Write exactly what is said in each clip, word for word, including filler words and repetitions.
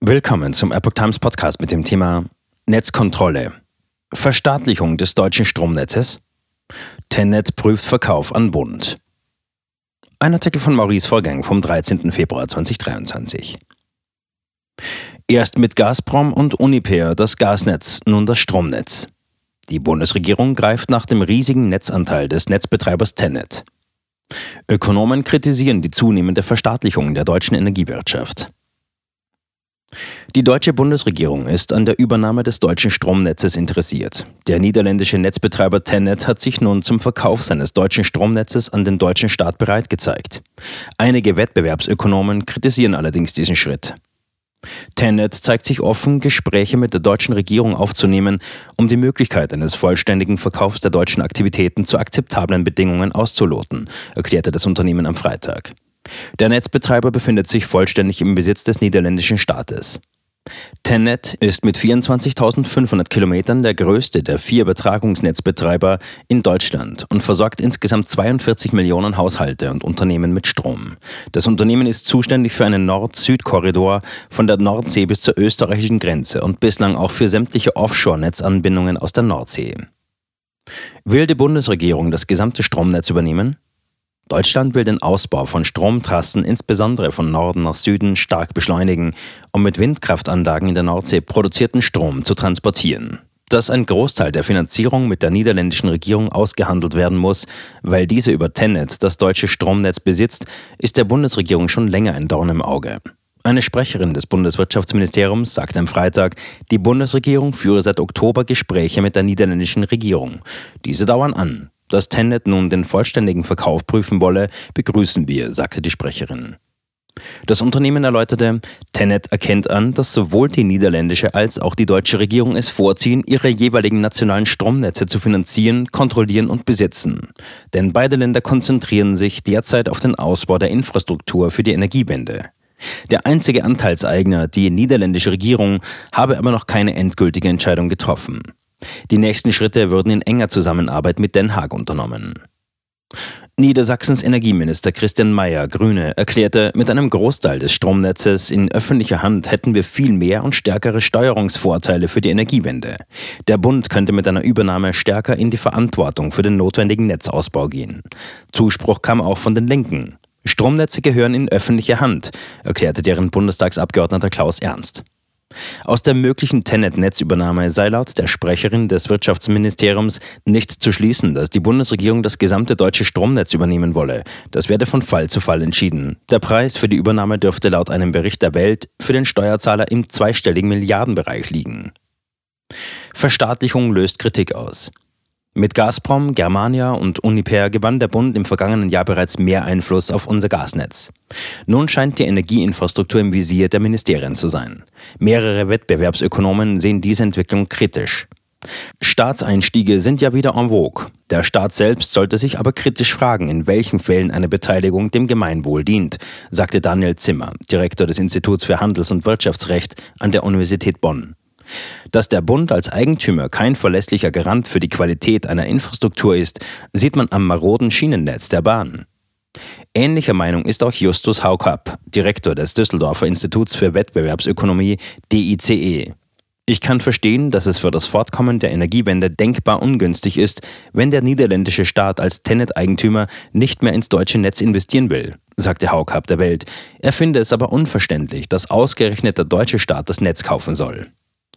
Willkommen zum Epoch Times Podcast mit dem Thema Netzkontrolle. Verstaatlichung des deutschen Stromnetzes. TenNet prüft Verkauf an Bund. Ein Artikel von Maurice Vorgang vom dreizehnten Februar zweitausenddreiundzwanzig. Erst mit Gazprom und Uniper das Gasnetz, nun das Stromnetz. Die Bundesregierung greift nach dem riesigen Netzanteil des Netzbetreibers TenNet. Ökonomen kritisieren die zunehmende Verstaatlichung der deutschen Energiewirtschaft. Die deutsche Bundesregierung ist an der Übernahme des deutschen Stromnetzes interessiert. Der niederländische Netzbetreiber TenNet hat sich nun zum Verkauf seines deutschen Stromnetzes an den deutschen Staat bereit gezeigt. Einige Wettbewerbsökonomen kritisieren allerdings diesen Schritt. TenNet zeigt sich offen, Gespräche mit der deutschen Regierung aufzunehmen, um die Möglichkeit eines vollständigen Verkaufs der deutschen Aktivitäten zu akzeptablen Bedingungen auszuloten, erklärte das Unternehmen am Freitag. Der Netzbetreiber befindet sich vollständig im Besitz des niederländischen Staates. TenNet ist mit vierundzwanzigtausendfünfhundert Kilometern der größte der vier Übertragungsnetzbetreiber in Deutschland und versorgt insgesamt zweiundvierzig Millionen Haushalte und Unternehmen mit Strom. Das Unternehmen ist zuständig für einen Nord-Süd-Korridor von der Nordsee bis zur österreichischen Grenze und bislang auch für sämtliche Offshore-Netzanbindungen aus der Nordsee. Will die Bundesregierung das gesamte Stromnetz übernehmen? Deutschland will den Ausbau von Stromtrassen insbesondere von Norden nach Süden stark beschleunigen, um mit Windkraftanlagen in der Nordsee produzierten Strom zu transportieren. Dass ein Großteil der Finanzierung mit der niederländischen Regierung ausgehandelt werden muss, weil diese über TenNet das deutsche Stromnetz besitzt, ist der Bundesregierung schon länger ein Dorn im Auge. Eine Sprecherin des Bundeswirtschaftsministeriums sagte am Freitag, die Bundesregierung führe seit Oktober Gespräche mit der niederländischen Regierung. Diese dauern an. Dass TenNet nun den vollständigen Verkauf prüfen wolle, begrüßen wir, sagte die Sprecherin. Das Unternehmen erläuterte, TenNet erkennt an, dass sowohl die niederländische als auch die deutsche Regierung es vorziehen, ihre jeweiligen nationalen Stromnetze zu finanzieren, kontrollieren und besitzen. Denn beide Länder konzentrieren sich derzeit auf den Ausbau der Infrastruktur für die Energiewende. Der einzige Anteilseigner, die niederländische Regierung, habe aber noch keine endgültige Entscheidung getroffen. Die nächsten Schritte würden in enger Zusammenarbeit mit Den Haag unternommen. Niedersachsens Energieminister Christian Mayer, Grüne, erklärte, mit einem Großteil des Stromnetzes in öffentlicher Hand hätten wir viel mehr und stärkere Steuerungsvorteile für die Energiewende. Der Bund könnte mit einer Übernahme stärker in die Verantwortung für den notwendigen Netzausbau gehen. Zuspruch kam auch von den Linken. Stromnetze gehören in öffentliche Hand, erklärte deren Bundestagsabgeordneter Klaus Ernst. Aus der möglichen TenNet-Netzübernahme sei laut der Sprecherin des Wirtschaftsministeriums nicht zu schließen, dass die Bundesregierung das gesamte deutsche Stromnetz übernehmen wolle. Das werde von Fall zu Fall entschieden. Der Preis für die Übernahme dürfte laut einem Bericht der Welt für den Steuerzahler im zweistelligen Milliardenbereich liegen. Verstaatlichung löst Kritik aus. Mit Gazprom, Germania und Uniper gewann der Bund im vergangenen Jahr bereits mehr Einfluss auf unser Gasnetz. Nun scheint die Energieinfrastruktur im Visier der Ministerien zu sein. Mehrere Wettbewerbsökonomen sehen diese Entwicklung kritisch. Staatseinstiege sind ja wieder en vogue. Der Staat selbst sollte sich aber kritisch fragen, in welchen Fällen eine Beteiligung dem Gemeinwohl dient, sagte Daniel Zimmer, Direktor des Instituts für Handels- und Wirtschaftsrecht an der Universität Bonn. Dass der Bund als Eigentümer kein verlässlicher Garant für die Qualität einer Infrastruktur ist, sieht man am maroden Schienennetz der Bahn. Ähnlicher Meinung ist auch Justus Haukapp, Direktor des Düsseldorfer Instituts für Wettbewerbsökonomie D I C E. Ich kann verstehen, dass es für das Fortkommen der Energiewende denkbar ungünstig ist, wenn der niederländische Staat als TenNet-Eigentümer nicht mehr ins deutsche Netz investieren will, sagte Haukapp der Welt. Er finde es aber unverständlich, dass ausgerechnet der deutsche Staat das Netz kaufen soll.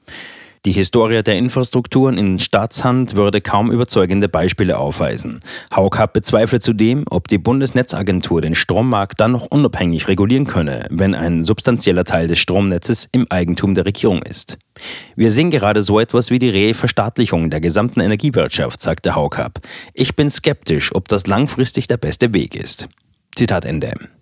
Die Historie der Infrastrukturen in Staatshand würde kaum überzeugende Beispiele aufweisen. Haukapp bezweifelt zudem, ob die Bundesnetzagentur den Strommarkt dann noch unabhängig regulieren könne, wenn ein substanzieller Teil des Stromnetzes im Eigentum der Regierung ist. Wir sehen gerade so etwas wie die Reverstaatlichung der gesamten Energiewirtschaft, sagte Haukapp. Ich bin skeptisch, ob das langfristig der beste Weg ist. Zitat Ende.